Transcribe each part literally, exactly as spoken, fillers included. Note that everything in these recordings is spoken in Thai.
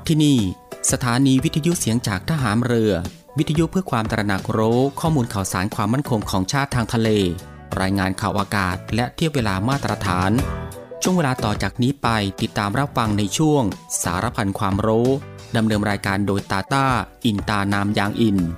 ที่นี่สถานีวิทยุเสียงจากทหารเรือวิทยุเพื่อความตระหนักรู้ข้อมูลข่าวสารความมั่นคงของชาติทางทะเลรายงานข่าวอากาศและเทียบเวลามาตรฐานช่วงเวลาต่อจากนี้ไปติดตามรับฟังในช่วงสารพันความรู้ดำเนินรายการโดยตาต้าอินตานามยางอิน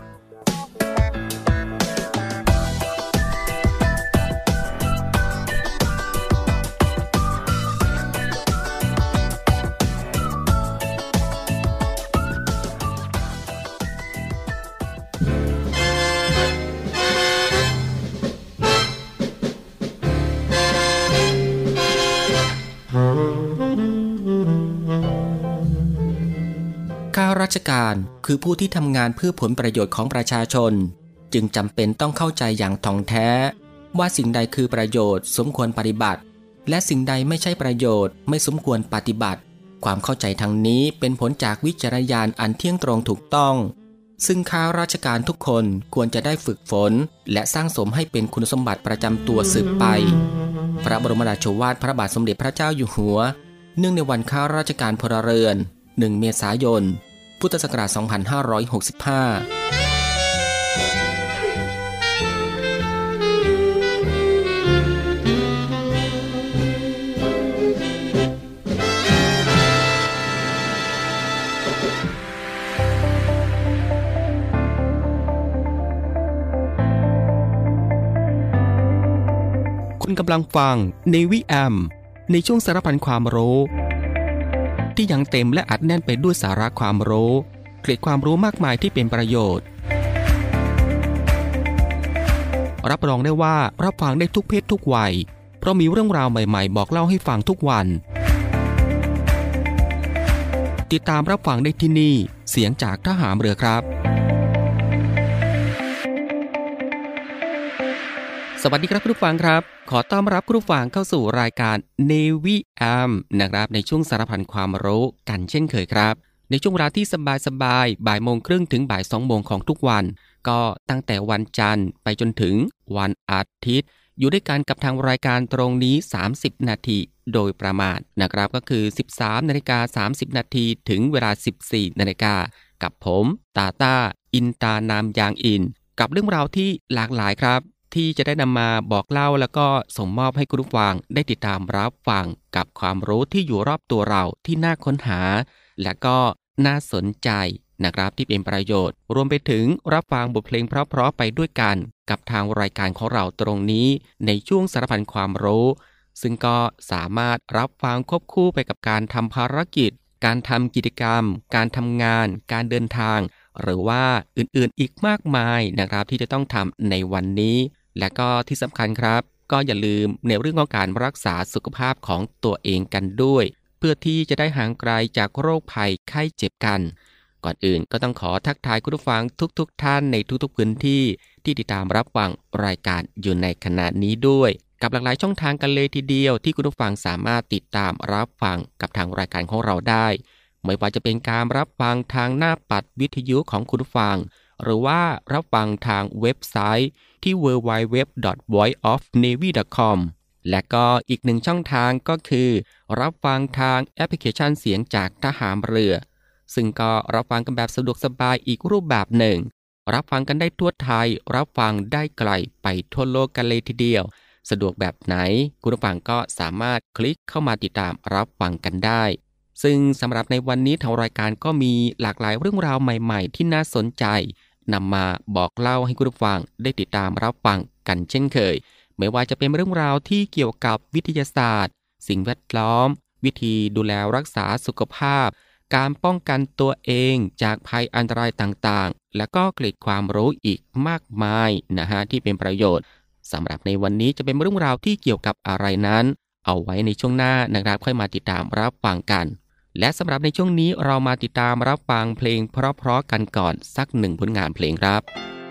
ข้าราชการคือผู้ที่ทำงานเพื่อผลประโยชน์ของประชาชนจึงจำเป็นต้องเข้าใจอย่างถ่องแท้ว่าสิ่งใดคือประโยชน์สมควรปฏิบัติและสิ่งใดไม่ใช่ประโยชน์ไม่สมควรปฏิบัติความเข้าใจทางนี้เป็นผลจากวิจารณญาณอันเที่ยงตรงถูกต้องซึ่งข้าราชการทุกคนควรจะได้ฝึกฝนและสร้างสมให้เป็นคุณสมบัติประจำตัวสืบไปพระบรมราโชวาทพระบาทสมเด็จพระเจ้าอยู่หัวเนื่องในวันข้าราชการพลเรือนหนึ่งเมษายนพุทธศักราชสองพันห้าร้อยหกสิบห้าคุณกำลังฟัง Navy เอ เอ็ม ในช่วงสารพันความรู้ที่ยังเต็มและอัดแน่นไปด้วยสาระความรู้เกร็ดความรู้มากมายที่เป็นประโยชน์รับรองได้ว่ารับฟังได้ทุกเพศทุกวัยเพราะมีเรื่องราวใหม่ๆบอกเล่าให้ฟังทุกวันติดตามรับฟังได้ที่นี่เสียงจากทหารเรือครับสวัสดีครับคุณผู้ฟังครับขอต้อนรับคุณผู้ฟังเข้าสู่รายการ Navy เอ เอ็ม นะครับในช่วงสารพันความรู้กันเช่นเคยครับในช่วงเวลาที่สบายๆบ่ายโมงครึ่งถึงบ่ายสองโมงของทุกวันก็ตั้งแต่วันจันทร์ไปจนถึงวันอาทิตย์อยู่ด้วยกันกับทางรายการตรงนี้สามสิบนาทีโดยประมาณนะครับก็คือ สิบสามนาฬิกาสามสิบนาทีถึงเวลา สิบสี่นาฬิกากับผมตาต้าอินตานามยางอินกับเรื่องราวที่หลากหลายครับที่จะได้นำมาบอกเล่าแล้วก็ส่งมอบให้คุณผู้ฟังได้ติดตามรับฟังกับความรู้ที่อยู่รอบตัวเราที่น่าค้นหาและก็น่าสนใจนะครับที่เป็นประโยชน์รวมไปถึงรับฟังบทเพลงเพราะๆไปด้วยกันกับทางรายการของเราตรงนี้ในช่วงสารพันความรู้ซึ่งก็สามารถรับฟังควบคู่ไปกับการทำภารกิจการทำกิจกรรมการทำงานการเดินทางหรือว่าอื่นๆอีกมากมายนะครับที่จะต้องทำในวันนี้และก็ที่สำคัญครับก็อย่าลืมในเรื่องของการรักษาสุขภาพของตัวเองกันด้วยเพื่อที่จะได้ห่างไกลจากโรคภัยไข้เจ็บกันก่อนอื่นก็ต้องขอทักทายคุณผู้ฟังทุกๆ ท่านในทุกๆพื้นที่ที่ติดตามรับฟังรายการอยู่ในขณะนี้ด้วยกับหลากหลายช่องทางกันเลยทีเดียวที่คุณผู้ฟังสามารถติดตามรับฟังกับทางรายการของเราได้ไม่ว่าจะเป็นการรับฟังทางหน้าปัดวิทยุของคุณผู้ฟังหรือว่ารับฟังทางเว็บไซต์ที่ ดับเบิลยู ดับเบิลยู ดับเบิลยู ดอท voice of navy ดอท คอม และก็อีกหนึ่งช่องทางก็คือรับฟังทางแอปพลิเคชันเสียงจากทหารเรือซึ่งก็รับฟังกันแบบสะดวกสบายอีกรูปแบบหนึ่งรับฟังกันได้ทั่วไทยรับฟังได้ไกลไปทั่วโลกกันเลยทีเดียวสะดวกแบบไหนคุณผู้ฟังก็สามารถคลิกเข้ามาติดตามรับฟังกันได้ซึ่งสำหรับในวันนี้ทางรายการก็มีหลากหลายเรื่องราวใหม่ๆที่น่าสนใจนำมาบอกเล่าให้คุณผู้ฟังได้ติดตามรับฟังกันเช่นเคยไม่ว่าจะเป็นเรื่องราวที่เกี่ยวกับวิทยาศาสตร์สิ่งแวดล้อมวิธีดูแลรักษาสุขภาพการป้องกันตัวเองจากภัยอันตรายต่างๆและก็เกร็ดความรู้อีกมากมายนะฮะที่เป็นประโยชน์สำหรับในวันนี้จะเป็นเรื่องราวที่เกี่ยวกับอะไรนั้นเอาไว้ในช่วงหน้านะครับค่อยมาติดตามรับฟังกันและสำหรับในช่วงนี้เรามาติดตามรับฟังเพลงเพราะๆกันก่อนสักหนึ่งผลงานเพลงครับ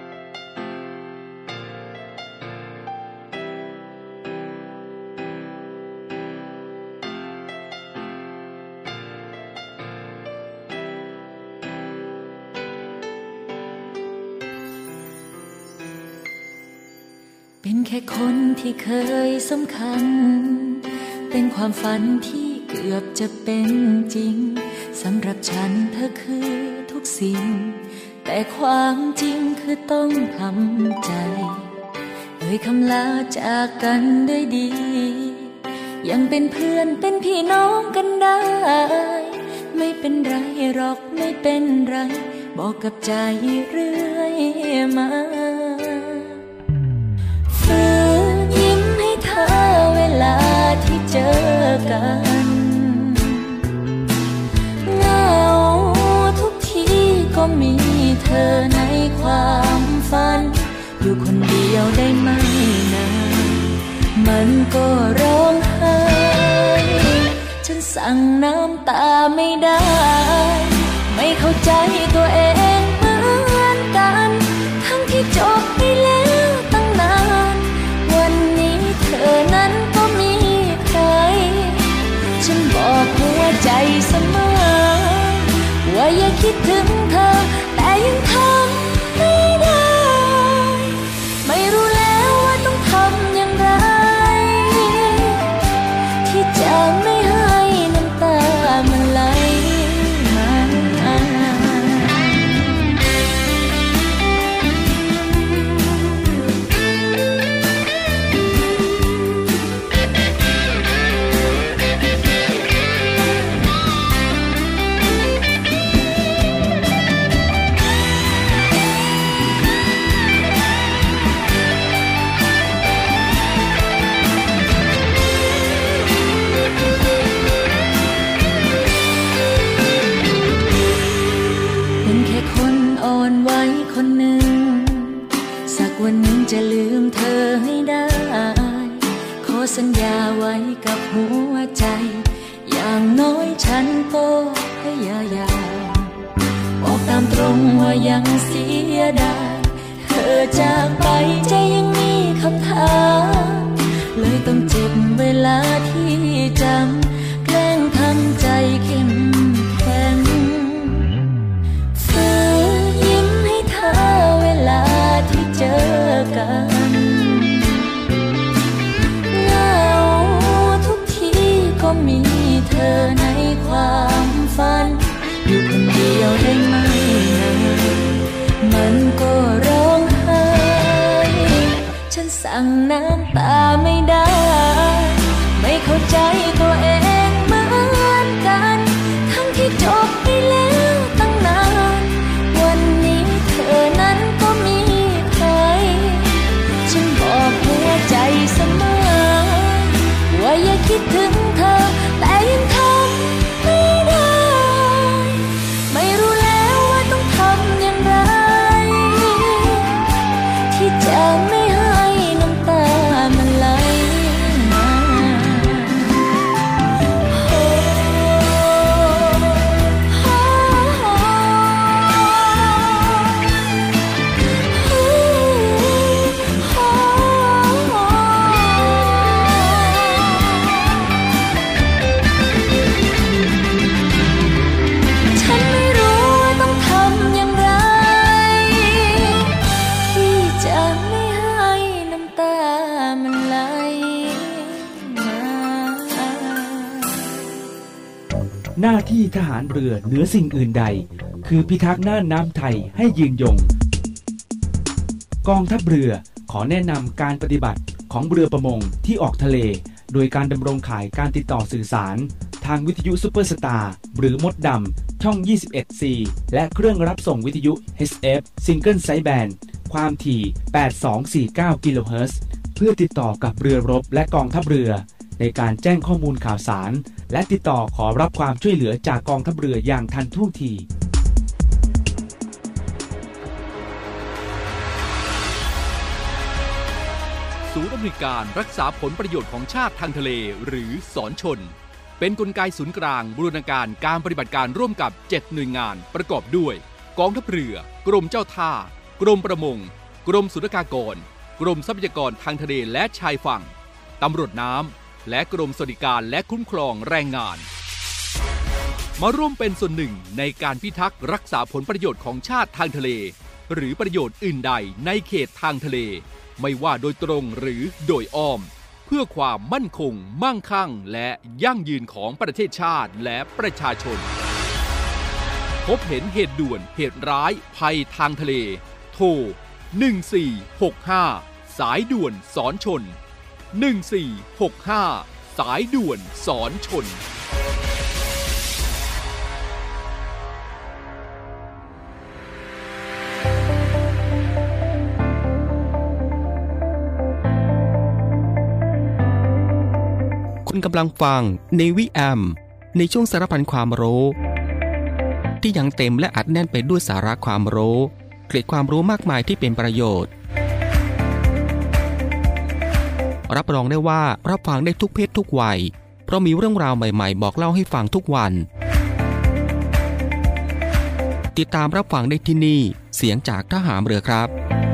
เป็นแค่คนที่เคยสำคัญเป็นความฝันที่เกือบจะเป็นจริงสำหรับฉันเธอคือทุกสิ่งแต่ความจริงคือต้องทำใจเอ่ยคำลาจากกันด้วยดียังเป็นเพื่อนเป็นพี่น้องกันได้ไม่เป็นไรหรอกไม่เป็นไรบอกกับใจเรื่อยมาฝืนยิ้มให้เธอเวลาที่เจอกันเหงาทุกทีก็มีเธอในความฝันอยู่คนเดียวได้ไม่นานมันก็ร้องไห้ฉันสั่งน้ำตาไม่ได้ไม่เข้าใจตัวเองเหมือนกันทั้งที่จบไปแล้วตั้งนานวันนี้เธอนั้นก็มีใครฉันบอกหัวใจเสมอว่าอย่าคิดถึงเธอแต่ยังทำไม่ได้ไม่รู้แล้วว่าต้องทำอย่างไรที่จะไม่ให้น้ำตามันไหลมาคนหนึ่งสักวันหนึ่งจะลืมเธอให้ได้ขอสัญญาไว้กับหัวใจอย่างน้อยฉันก็พยายามบอกตามตรงว่ายังเสียดายเธอจากไปใจยังมีคำถามเลยต้องเจ็บเวลาที่จำแกล้งทำใจเข้มแข็งที่เจอกันเหงาทุกทีก็มีเธอในความฝันอยู่คนเดียวได้ไม่นานมันก็ร้องไห้ฉันสั่งน้ำตาไม่ได้ไม่เข้าใจตัวเองเหมือนกันทั้งที่จบไปแล้วตั้งนานวันนี้เธอนั้นก็มีฉันบอกหัวใจเสมอว่าอย่าคิดถึงเธอแต่ยังทำไม่ได้ไม่รู้แล้วว่าต้องทำอย่างไรที่จะไม่ให้น้ำตามันไหลมาหน้าที่ทหารเรือเหนือสิ่งอื่นใดคือพิทักษ์น่านน้ำไทยให้ยืนยงกองทัพเรือขอแนะนำการปฏิบัติของเรือประมงที่ออกทะเลโดยการดำรงข่ายการติดต่อสื่อสารทางวิทยุซุปเปอร์สตาร์หรือมดดำช่อง ยี่สิบเอ็ดซี และเครื่องรับส่งวิทยุ เอช เอฟ Single Side Band ความถี่ แปดพันสองร้อยสี่สิบเก้า กิโลเฮิรตซ์ เพื่อติดต่อกับเรือรบและกองทัพเรือในการแจ้งข้อมูลข่าวสารและติดต่อขอรับความช่วยเหลือจากกองทัพเรืออย่างทันท่วงทีศูนย์อำนวยการรักษาผลประโยชน์ของชาติทางทะเลหรือศรชนเป็นกลไกศูนย์กลางบูรณาการการปฏิบัติการร่วมกับเจ็ดหน่วยงานประกอบด้วยกองทัพเรือกรมเจ้าท่ากรมประมงกรมศุลกากรกรมทรัพยากรทางทะเลและชายฝั่งตำรวจน้ำและกรมสวัสดิการและคุ้มครองแรงงานมาร่วมเป็นส่วนหนึ่งในการพิทักษ์รักษาผลประโยชน์ของชาติทางทะเลหรือประโยชน์อื่นใดในเขตทางทะเลไม่ว่าโดยตรงหรือโดยอ้อมเพื่อความมั่นคงมั่งคั่งและยั่งยืนของประเทศชาติและประชาชนพบเห็นเหตุด่วนเหตุร้ายภัยทางทะเลโทรหนึ่งสี่หกห้าสายด่วนสอนชนหนึ่งสี่หกห้าสายด่วนสอนชนคุณกำลังฟัง Navy เอ็ม ในช่วงสารพันความรู้ที่ยังเต็มและอัดแน่นไปด้วยสาระความรู้เกร็ดความรู้มากมายที่เป็นประโยชน์รับรองได้ว่ารับฟังได้ทุกเพศทุกวัยเพราะมีเรื่องราวใหม่ๆบอกเล่าให้ฟังทุกวันติดตามรับฟังได้ที่นี่เสียงจากทหารเรือครับ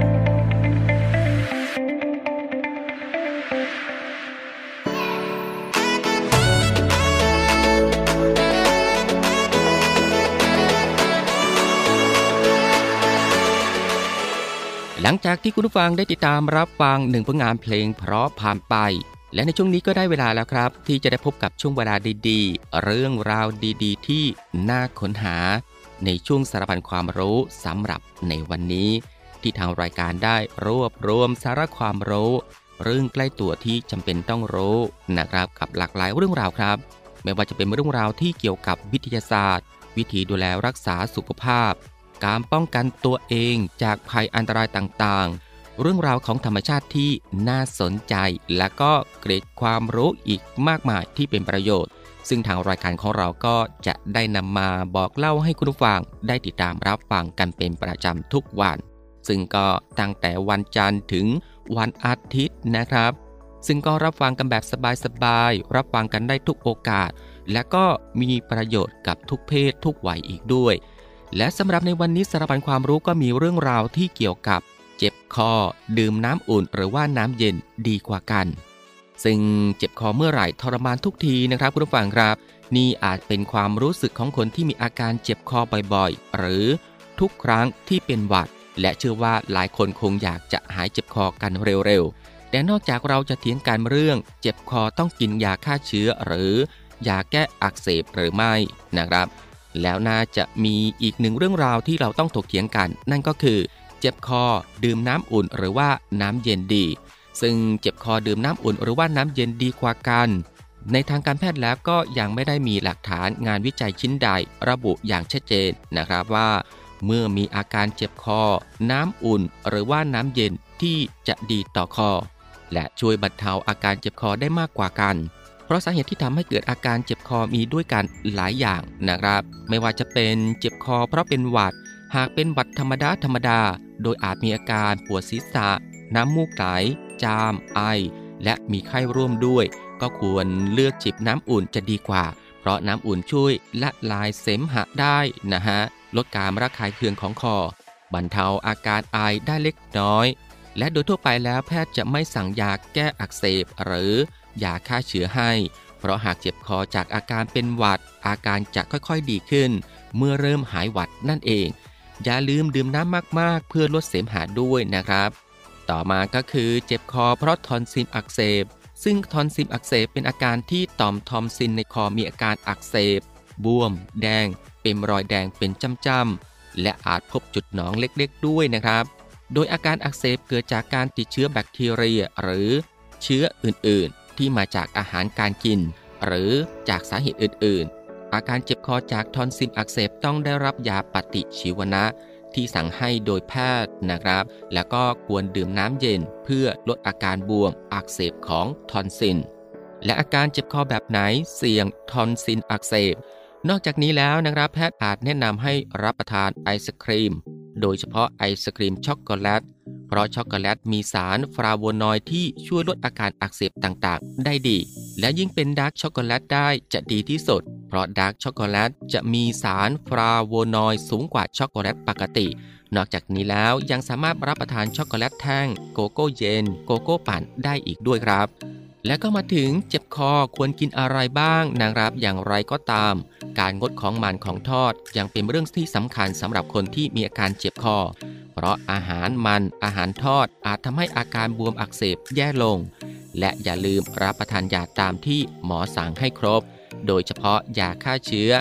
หลังจากที่คุณผู้ฟังได้ติดตามรับฟังหนึ่งผลงานเพลงเพราะผ่านไปและในช่วงนี้ก็ได้เวลาแล้วครับที่จะได้พบกับช่วงเวลาดีๆเรื่องราวดีๆที่น่าค้นหาในช่วงสารพันความรู้สำหรับในวันนี้ที่ทางรายการได้รวบรวมสาระความรู้เรื่องใกล้ตัวที่จำเป็นต้องรู้นะครับกับหลากหลายเรื่องราวครับไม่ว่าจะเป็นเรื่องราวที่เกี่ยวกับวิทยาศาสตร์วิธีดูแลรักษาสุขภาพการป้องกันตัวเองจากภัยอันตรายต่างๆเรื่องราวของธรรมชาติที่น่าสนใจและก็เกร็ดความรู้อีกมากมายที่เป็นประโยชน์ซึ่งทางรายการของเราก็จะได้นำมาบอกเล่าให้คุณผู้ฟังได้ติดตามรับฟังกันเป็นประจำทุกวันซึ่งก็ตั้งแต่วันจันทร์ถึงวันอาทิตย์นะครับซึ่งก็รับฟังกันแบบสบายๆรับฟังกันได้ทุกโอกาสและก็มีประโยชน์กับทุกเพศทุกวัยอีกด้วยและสำหรับในวันนี้สารพันความรู้ก็มีเรื่องราวที่เกี่ยวกับเจ็บคอดื่มน้ำอุ่นหรือว่าน้ำเย็นดีกว่ากันซึ่งเจ็บคอเมื่อไหร่ทรมานทุกทีนะครับคุณผู้ฟังครับนี่อาจเป็นความรู้สึกของคนที่มีอาการเจ็บคอบ่อยๆหรือทุกครั้งที่เป็นหวัดและเชื่อว่าหลายคนคงอยากจะหายเจ็บคอกันเร็วๆแต่นอกจากเราจะเถียงกันเรื่องเจ็บคอต้องกินยาฆ่าเชื้อหรือยาแก้อักเสบหรือไม่นะครับแล้วน่าจะมีอีกหนึ่งเรื่องราวที่เราต้องถกเถียงกันนั่นก็คือเจ็บคอดื่มน้ำอุ่นหรือว่าน้ำเย็นดีซึ่งเจ็บคอดื่มน้ำอุ่นหรือว่าน้ำเย็นดีกว่ากันในทางการแพทย์แล้วก็ยังไม่ได้มีหลักฐานงานวิจัยชิ้นใดระบุอย่างชัดเจนนะครับว่าเมื่อมีอาการเจ็บคอน้ำอุ่นหรือว่าน้ำเย็นที่จะดีต่อคอและช่วยบรรเทาอาการเจ็บคอได้มากกว่ากันเพราะสาเหตุที่ทำให้เกิดอาการเจ็บคอมีด้วยกันหลายอย่างนะครับไม่ว่าจะเป็นเจ็บคอเพราะเป็นหวัดหากเป็นหวัดธรรมดาธรรมดาโดยอาจมีอาการปวดศีรษะน้ำมูกไหลจามไอและมีไข้ร่วมด้วยก็ควรเลือกจิบน้ำอุ่นจะดีกว่าเพราะน้ำอุ่นช่วยละลายเสมหะได้นะฮะลดการระคายเคืองของคอบรรเทาอาการไอได้เล็กน้อยและโดยทั่วไปแล้วแพทย์จะไม่สั่งยาแก้อักเสบหรือยาฆ่าเชื้อให้เพราะหากเจ็บคอจากอาการเป็นหวัดอาการจะค่อยๆดีขึ้นเมื่อเริ่มหายหวัดนั่นเองอย่าลืมดื่มน้ำมากๆเพื่อลดเสมหะด้วยนะครับต่อมาก็คือเจ็บคอเพราะทอนซิลอักเสบซึ่งทอนซิลอักเสบเป็นอาการที่ต่อมทอนซิลในคอมีอาการอักเสบบวมแดงเป็นรอยแดงเป็นจ้ำๆและอาจพบจุดหนองเล็กๆด้วยนะครับโดยอาการอักเสบเกิดจากการติดเชื้อแบคทีเรียหรือเชื้ออื่นๆที่มาจากอาหารการกินหรือจากสาเหตุอื่นๆอาการเจ็บคอจากทอนซิลอักเสบต้องได้รับยาปฏิชีวนะที่สั่งให้โดยแพทย์นะครับแล้วก็ควรดื่มน้ำเย็นเพื่อลดอาการบวมอักเสบของทอนซิลและอาการเจ็บคอแบบไหนเสี่ยงทอนซิลอักเสบนอกจากนี้แล้วนะครับแพทย์อาจแนะนำให้รับประทานไอศกรีมโดยเฉพาะไอศกรีมช็อกโกแลตเพราะช็อกโกแลตมีสารฟลาโวนอยด์ที่ช่วยลดอาการอักเสบต่างๆได้ดีและยิ่งเป็นดาร์กช็อกโกแลตได้จะดีที่สุดเพราะดาร์กช็อกโกแลตจะมีสารฟลาโวนอยด์สูงกว่าช็อกโกแลตปกตินอกจากนี้แล้วยังสามารถรับประทานช็อกโกแลตแท่งโกโก้เย็นโกโก้ปั่นได้อีกด้วยครับและก็มาถึงเจ็บคอควรกินอะไรบ้างนะครับอย่างไรก็ตามการงดของมันของทอดยังเป็นเรื่องที่สำคัญสำหรับคนที่มีอาการเจ็บคอเพราะอาหารมันอาหารทอดอาจทำให้อาการบวมอักเสบแย่ลงและอย่าลืมรับประทานยาตามที่หมอสั่งให้ครบโดยเฉพาะยาฆ่าเชื้อ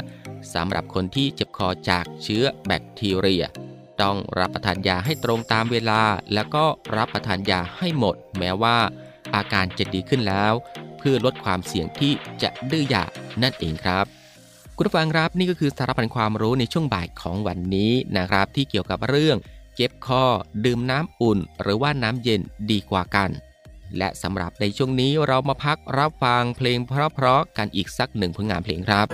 สำหรับคนที่เจ็บคอจากเชื้อแบคทีเรียต้องรับประทานยาให้ตรงตามเวลาแล้วก็รับประทานยาให้หมดแม้ว่าอาการจะดีขึ้นแล้วเพื่อลดความเสี่ยงที่จะดื้อยานั่นเองครับคุณผู้ฟังครับนี่ก็คือสาระพันความรู้ในช่วงบ่ายของวันนี้นะครับที่เกี่ยวกับเรื่องเจ็บคอดื่มน้ำอุ่นหรือว่าน้ำเย็นดีกว่ากันและสำหรับในช่วงนี้เรามาพักรับฟังเพลงเพราะๆกันอีกสักหนึ่งผลงานเพลงครับ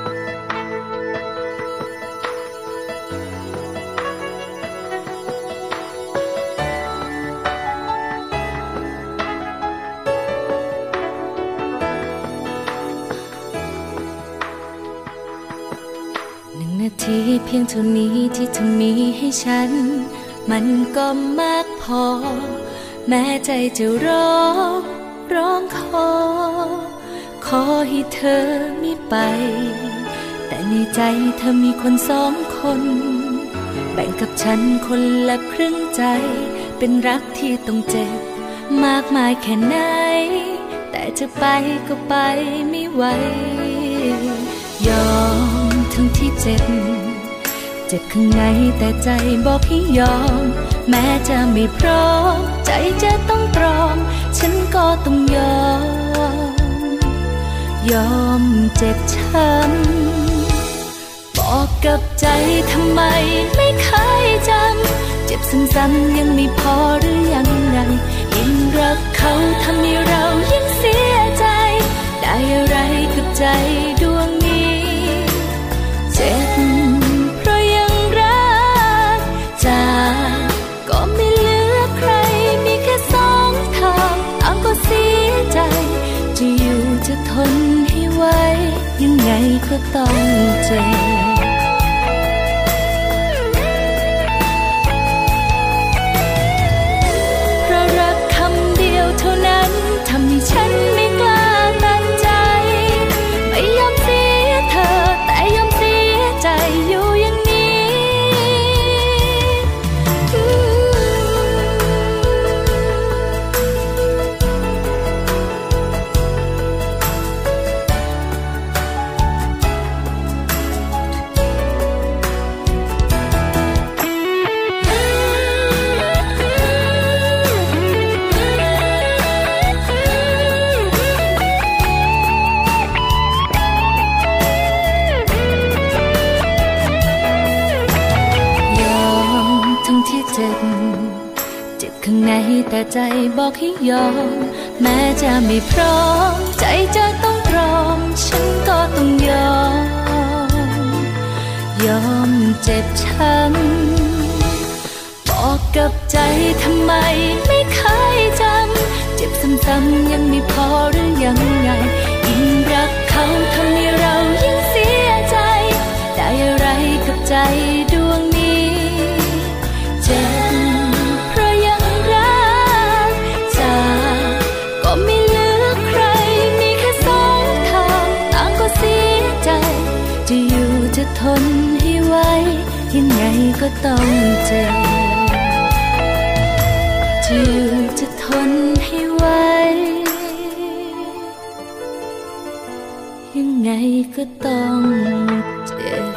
นาทีเพียงเท่านี้ที่เธอมีให้ฉันมันก็มากพอแม้ใจจะร้องร้องขอขอให้เธอไม่ไปแต่ในใจเธอมีคนสองคนแบ่งกับฉันคนละครึ่งใจเป็นรักที่ต้องเจ็บมากมายแค่ไหนแต่จะไปก็ไปไม่ไหวยอมทั้งที่เจ็บเจ็บข้างในแต่ใจบอกให้ยอมแม้จะไม่พร้อมใจจะต้องตรอมฉันก็ต้องยอมยอมเจ็บช้ำบอกกับใจทำไมไม่เคยจำเจ็บซ้ำๆยังไม่พอหรือยังไงยิ่งรักเขาทำให้เรายิ่งเสียใจได้อะไรกับใจดวงนี้เจ็บเพราะยังรักจากก็ไม่เหลือใครมีแค่สองทางต่างก็เสียใจจะอยู่จะทนให้ไหวยังไงก็ต้องเจ็บเพราะรักคำเดียวเท่านั้นทำให้ฉันไม่กล้าตัดใจไม่ยอมเสียเธอแต่ยอมเสียใจอยู่อย่างนี้เจ็บเจ็บข้างในแต่ใจบอกให้ยอมแม้จะไม่พร้อมใจจะต้องตรอมฉันก็ต้องยอมยอมเจ็บช้ำบอกกับใจทำไมไม่เคยจำเจ็บซ้ำๆยังไม่พอหรือยังไงยิ่งรักเขาทำให้เรายิ่งเสียใจได้อะไรกับใจดวงนี้เจ็บเพราะยังรักจากก็ไม่เหลือใครมีแค่สองทางต่างก็เสียใจจะอยู่จะทนให้ไหวยังไงก็ต้องเจ็บจะอยู่จะทนให้ไหวยังไงก็ต้องเจ็บ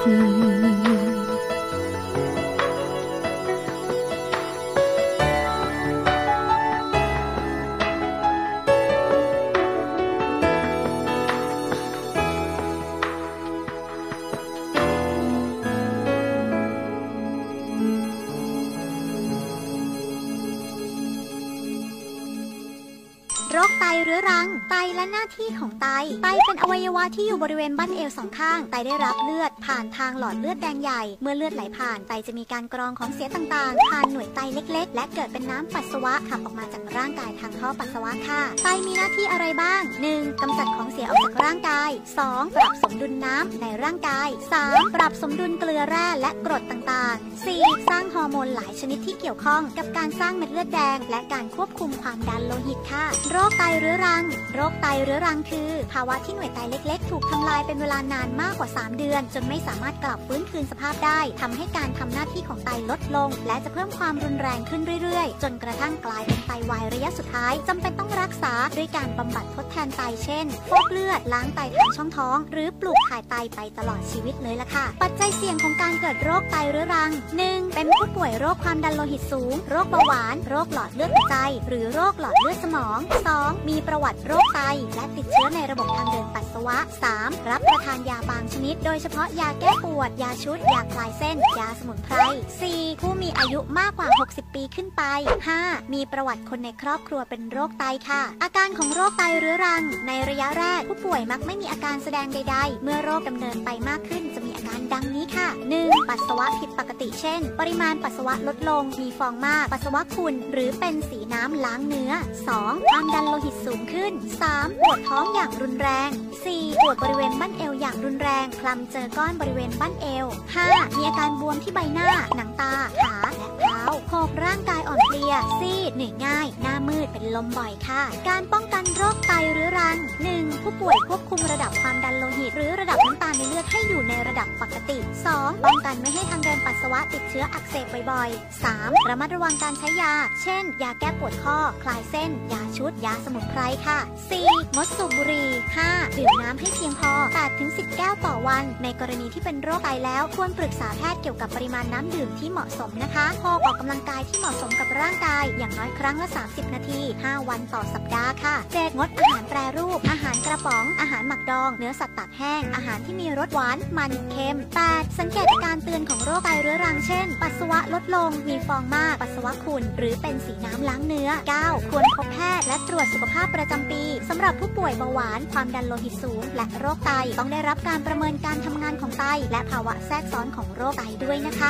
โรคไตเรื้อรังไตและหน้าที่ของไตไตเป็นอวัยวะที่อยู่บริเวณบั้นเอวสองข้างไตได้รับเลือดผ่านทางหลอดเลือดแดงใหญ่เมื่อเลือดไหลผ่านไตจะมีการกรองของเสียต่างๆผ่านหน่วยไตเล็กๆและเกิดเป็นน้ำปัสสาวะขับออกมาจากร่างกายทางท่อปัสสาวะค่ะไตมีหน้าที่อะไรบ้าง หนึ่ง กำจัดของเสียออกจากร่างกาย สอง ปรับสมดุลน้ำในร่างกาย สาม ปรับสมดุลเกลือแร่และกรดต่างๆ สี่ สร้างฮอร์โมนหลายชนิดที่เกี่ยวข้องกับการสร้างเม็ดเลือดแดงและการควบคุมความดันโลหิตค่ะโรคคไตเรื้อรังโรคไตเรื้อรังคือภาวะที่หน่วยไตเล็กๆถูกทำลายเป็นเวลานานมากกว่าสามเดือนจนไม่สามารถกลับฟื้นคืนสภาพได้ทำให้การทำหน้าที่ของไตลดลงและจะเพิ่มความรุนแรงขึ้นเรื่อยๆจนกระทั่งกลายเป็นไตวายระยะสุดท้ายจำเป็นต้องรักษาด้วยการบำบัดทดแทนไตเช่นฟอกเลือดล้างไตทางช่องท้องหรือปลูกถ่ายไตไปตลอดชีวิตเลยล่ะค่ะปัจจัยเสี่ยงของการเกิดโรคไตเรื้อรัง หนึ่ง เป็นผู้ป่วยโรคความดันโลหิตสูงโรคเบาหวานโรคหลอดเลือดหัวใจหรือโรคหลอดเลือดสมอง สอง มีประวัติโรคไตและติดเชื้อในระบบทางเดินปัสสาวะ สาม รับประทานยาบางชนิดโดยเฉพาะยาแก้ปวดยาชุดยาคลายเส้นยาสมุนไพร สี่ ผู้มีอายุมากกว่าหกสิบปีขึ้นไป ห้า มีประวัติคนในครอบครัวเป็นโรคไตค่ะอาการของโรคไตเรื้อรังในระยะแรกผู้ป่วยมักไม่มีอาการแสดงใดๆเมื่อโรคดำเนินไปมากขึ้นจะมีอาการดังนี้ค่ะ หนึ่ง ปัสสาวะผิดปกติเช่นปริมาณปัสสาวะลดลงมีฟองมากปัสสาวะขุ่นหรือเป็นสีน้ำล้างเนื้อ สอง ความดันโลหิตสูงขึ้น สาม ปวดท้องอย่างรุนแรง สี่ ปวดบริเวณบั้นเอวอย่างรุนแรงคลำเจอก้อนบริเวณบั้นเอว ห้า มีอาการบวมที่ใบหน้าหนังตาขาและเท้า หก ร่างกายอ่อนเพลียซีดเหนื่อยง่ายหน้ามืดเป็นลมบ่อยค่ะการป้องกันโรคไตเรื้อรัง หนึ่ง ผู้ป่วยควบคุมระดับความดันโลหิตหรือระดับน้ำตาลในเลือดให้อยู่ในระดับปกติ สอง ป้องกันไม่ให้ทางเดินปัสสาวะติดเชื้ออักเสบบ่อยๆ สาม ระมัดระวังการใช้ยาเช่นยาแก้ปวดข้อคลายเส้นยาชุดยาสมุนไพรค่ะ สี่ งดสูบบุหรี่ ห้า ดื่มน้ำให้เพียงพอ แปดถึงสิบ แก้วต่อวันในกรณีที่เป็นโรคไตแล้วควรปรึกษาแพทย์เกี่ยวกับปริมาณน้ำดื่มที่เหมาะสมนะคะหก ออกกำลังกายที่เหมาะสมกับร่างกายอย่างน้อยครั้งละสามสิบนาทีห้าวันต่อสัปดาห์ค่ะ เจ็ด งดอาหารแปรรูปอาหารกระป๋องอาหารหมักดองเนื้อสัตว์ตากแห้งอาหารที่มีรสหวานมันเค็ม แปด สังเกตอาการเตือนของโรคไตเรื้อรังเช่นปัสสาวะลดลงมีฟองมากปัสสาวะขุ่นหรือเป็นสีน้ำล้างเนื้อ เก้า ควรพบแพทย์และตรวจสุขภาพประจำปีสำหรับผู้ป่วยเบาหวานความดันโลหิตสูงและโรคไตต้องได้รับการประเมินการทำงานของไตและภาวะแทรกซ้อนของโรคไตด้วยนะคะ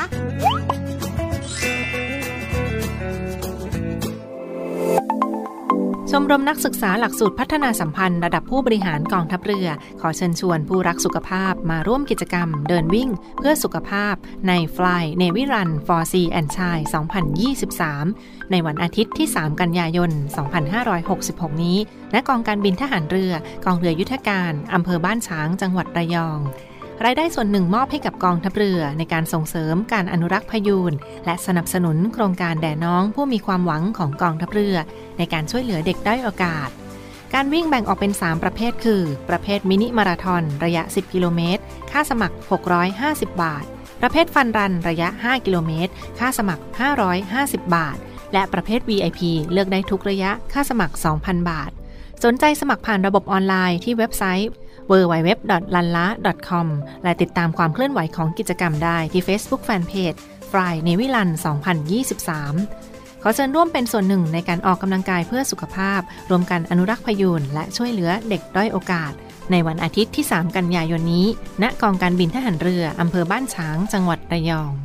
ชมรมนักศึกษาหลักสูตรพัฒนาสัมพันธ์ระดับผู้บริหารกองทัพเรือขอเชิญชวนผู้รักสุขภาพมาร่วมกิจกรรมเดินวิ่งเพื่อสุขภาพใน Fly Navy Run for Sea and Sky สองพันยี่สิบสาม ในวันอาทิตย์ที่สามกันยายนสองพันห้าร้อยหกสิบหกนี้ณกองการบินทหารเรือกองเรือยุทธการอำเภอบ้านฉางจังหวัดระยองรายได้ส่วนหนึ่งมอบให้กับกองทัพเรือในการส่งเสริมการอนุรักษ์พยูนและสนับสนุนโครงการแด่น้องผู้มีความหวังของกองทัพเรือในการช่วยเหลือเด็กด้อยโอกาสการวิ่งแบ่งออกเป็นสามประเภทคือประเภทมินิมาราธอนระยะสิบกิโลเมตรค่าสมัครหกร้อยห้าสิบบาทประเภทฟันรันระยะห้ากิโลเมตรค่าสมัครห้าร้อยห้าสิบบาทและประเภท วี ไอ พี เลือกได้ทุกระยะค่าสมัคร สองพัน บาทสนใจสมัครผ่านระบบออนไลน์ที่เว็บไซต์ ดับเบิลยู ดับเบิลยู ดับเบิลยู ดอท ลันลา ดอท คอม และติดตามความเคลื่อนไหวของกิจกรรมได้ที่ Facebook Fanpage Fly Navy Run สองพันยี่สิบสาม ขอเชิญร่วมเป็นส่วนหนึ่งในการออกกำลังกายเพื่อสุขภาพรวมกันอนุรักษ์พยูนและช่วยเหลือเด็กด้อยโอกาสในวันอาทิตย์ที่สามกันยายนนี้ณกองการบินทหารเรืออำเภอบ้านฉางจังหวัดระยอง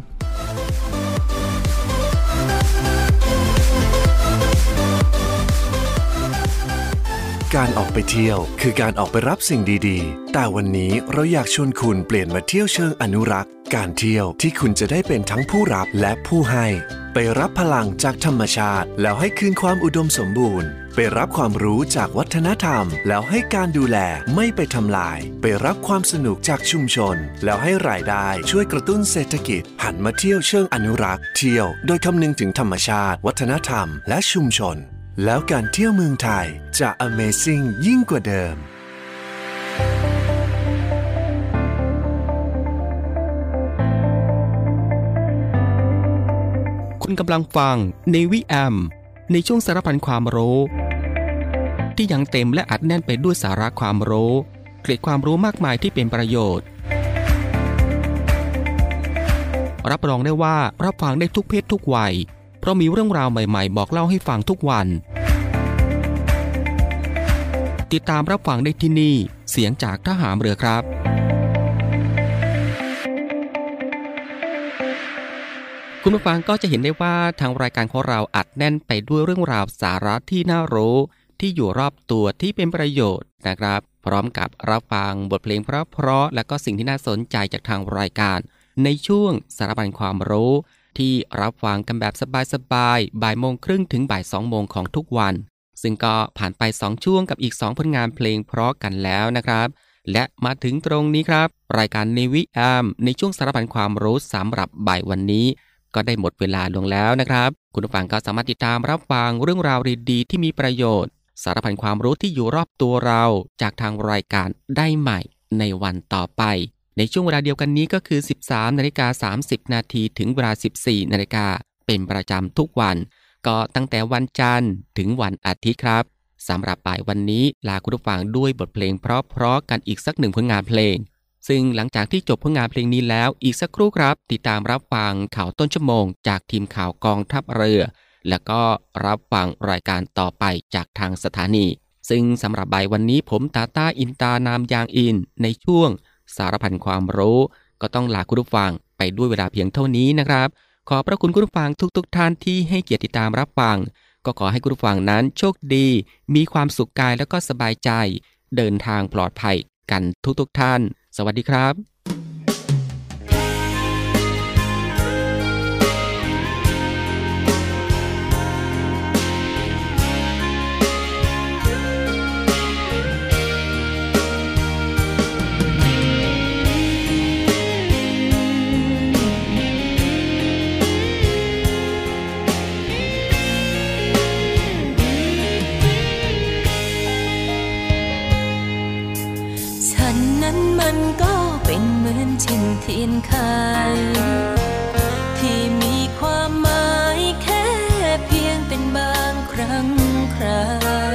การออกไปเที่ยวคือการออกไปรับสิ่งดีๆแต่วันนี้เราอยากชวนคุณเปลี่ยนมาเที่ยวเชิงอนุรักษ์การเที่ยวที่คุณจะได้เป็นทั้งผู้รับและผู้ให้ไปรับพลังจากธรรมชาติแล้วให้คืนความอุดมสมบูรณ์ไปรับความรู้จากวัฒนธรรมแล้วให้การดูแลไม่ไปทำลายไปรับความสนุกจากชุมชนแล้วให้รายได้ช่วยกระตุ้นเศรษฐกิจหันมาเที่ยวเชิงอนุรักษ์เที่ยวโดยคำนึงถึงธรรมชาติวัฒนธรรมและชุมชนแล้วการเที่ยวเมืองไทยจะ Amazing ยิ่งกว่าเดิมคุณกำลังฟัง Navy เอ็ม ในช่วงสารพันความรู้ที่ยังเต็มและอัดแน่นไปด้วยสาระความรู้เกร็ดความรู้มากมายที่เป็นประโยชน์รับรองได้ว่ารับฟังได้ทุกเพศทุกวัยเพราะมีเรื่องราวใหม่ๆบอกเล่าให้ฟังทุกวันติดตามรับฟังได้ที่นี่เสียงจากทหารเรือครับคุณผู้ฟังก็จะเห็นได้ว่าทางรายการของเราอัดแน่นไปด้วยเรื่องราวสาระที่น่ารู้ที่อยู่รอบตัวที่เป็นประโยชน์นะครับพร้อมกับรับฟังบทเพลงเพราะๆและก็สิ่งที่น่าสนใจจากทางรายการในช่วงสารพันความรู้ที่รับฟังกันแบบสบายๆบ่ายโมงครึ่งถึงบ่ายสองโมงของทุกวันซึ่งก็ผ่านไปสองช่วงกับอีกสองผลงานเพลงเพราะกันแล้วนะครับและมาถึงตรงนี้ครับรายการ Navy เอ เอ็ม ในช่วงสารพันความรู้สำหรับบ่ายวันนี้ก็ได้หมดเวลาลงแล้วนะครับคุณผู้ฟังก็สามารถติดตามรับฟังเรื่องราวดีๆที่มีประโยชน์สารพันความรู้ที่อยู่รอบตัวเราจากทางรายการได้ใหม่ในวันต่อไปในช่วงเวลาเดียวกันนี้ก็คือ สิบสามนาฬิกาสามสิบนาทีถึงเวลา สิบสี่นาฬิกาเป็นประจำทุกวันก็ตั้งแต่วันจันทร์ถึงวันอาทิตย์ครับสำหรับบ่ายวันนี้ลาคุณผู้ฟังด้วยบทเพลงเพราะๆกันอีกสักหนึ่งผลงานเพลงซึ่งหลังจากที่จบผลงานเพลงนี้แล้วอีกสักครู่ครับติดตามรับฟังข่าวต้นชั่วโมงจากทีมข่าวกองทัพเรือแล้วก็รับฟังรายการต่อไปจากทางสถานีซึ่งสำหรับบ่ายวันนี้ผมตาต้าอินตานามยางอินในช่วงสารพันความรู้ก็ต้องลาคุณผู้ฟังไปด้วยเวลาเพียงเท่านี้นะครับขอพระคุณคุณผู้ฟังทุกๆท่านที่ให้เกียรติติดตามรับฟังก็ขอให้คุณผู้ฟังนั้นโชคดีมีความสุขกายแล้วก็สบายใจเดินทางปลอดภัยกันทุกๆท่านสวัสดีครับเช่นเทียนไขที่มีความหมายแค่เพียงเป็นบางครั้งครา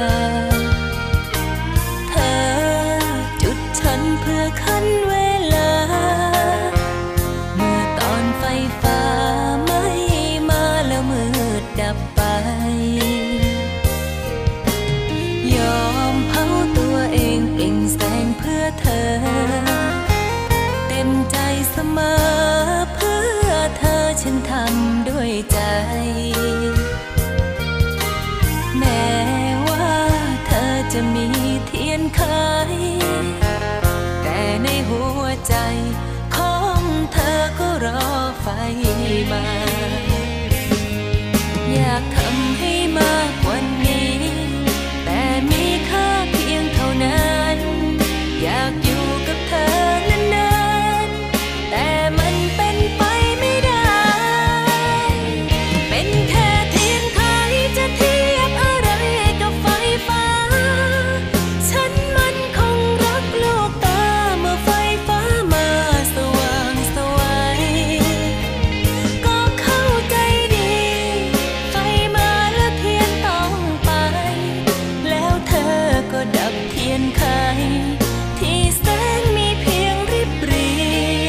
เธอจุดฉันเพื่อคั้นเวลาเมื่อตอนไฟฟ้าไม่มาแล้วมืดดับไปยอมเผาตัวเองเปล่งแสงเพื่อเธอใจเสมอเพื่อเธอฉันทำด้วยใจแม้ว่าเธอจะมีเทียนไขแต่ในหัวใจของเธอก็รอไฟมาอยากทำให้มากกว่านี้แต่มีค่าเพียงเท่านั้นอยากอยู่กับเธอแต่มันเป็นไปไม่ได้เป็นแค่เทียนไขจะเทียบอะไรกับไฟฟ้าฉันมันคงรักลูกตาเมื่อไฟฟ้ามาสว่างไสวก็เข้าใจดีไฟมาแล้วเทียนต้องไปแล้วเธอก็ดับเทียนไขที่แสงมีเพียงริบหรี่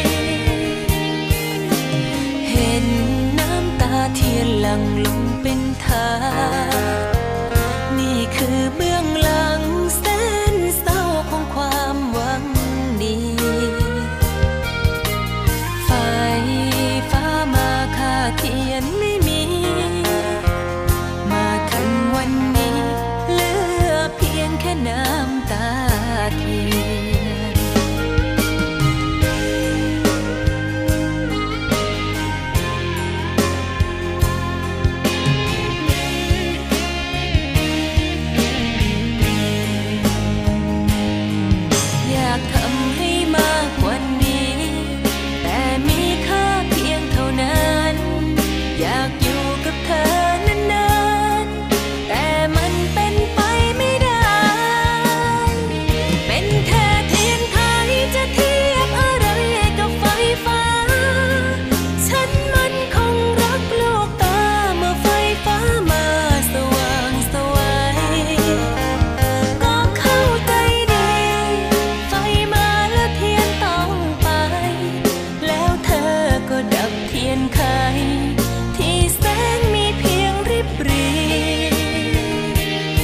เทียนหลั่งลงเป็นทางนี่คือเบื้องหลังแสนเศร้าของความหวังดีไฟฟ้ามาค่าเทียนไม่มีมาถึงวันนี้เหลือเพียงแค่น้ำตาเทียน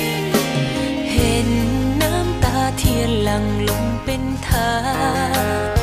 หลั่งลงเป็นทาง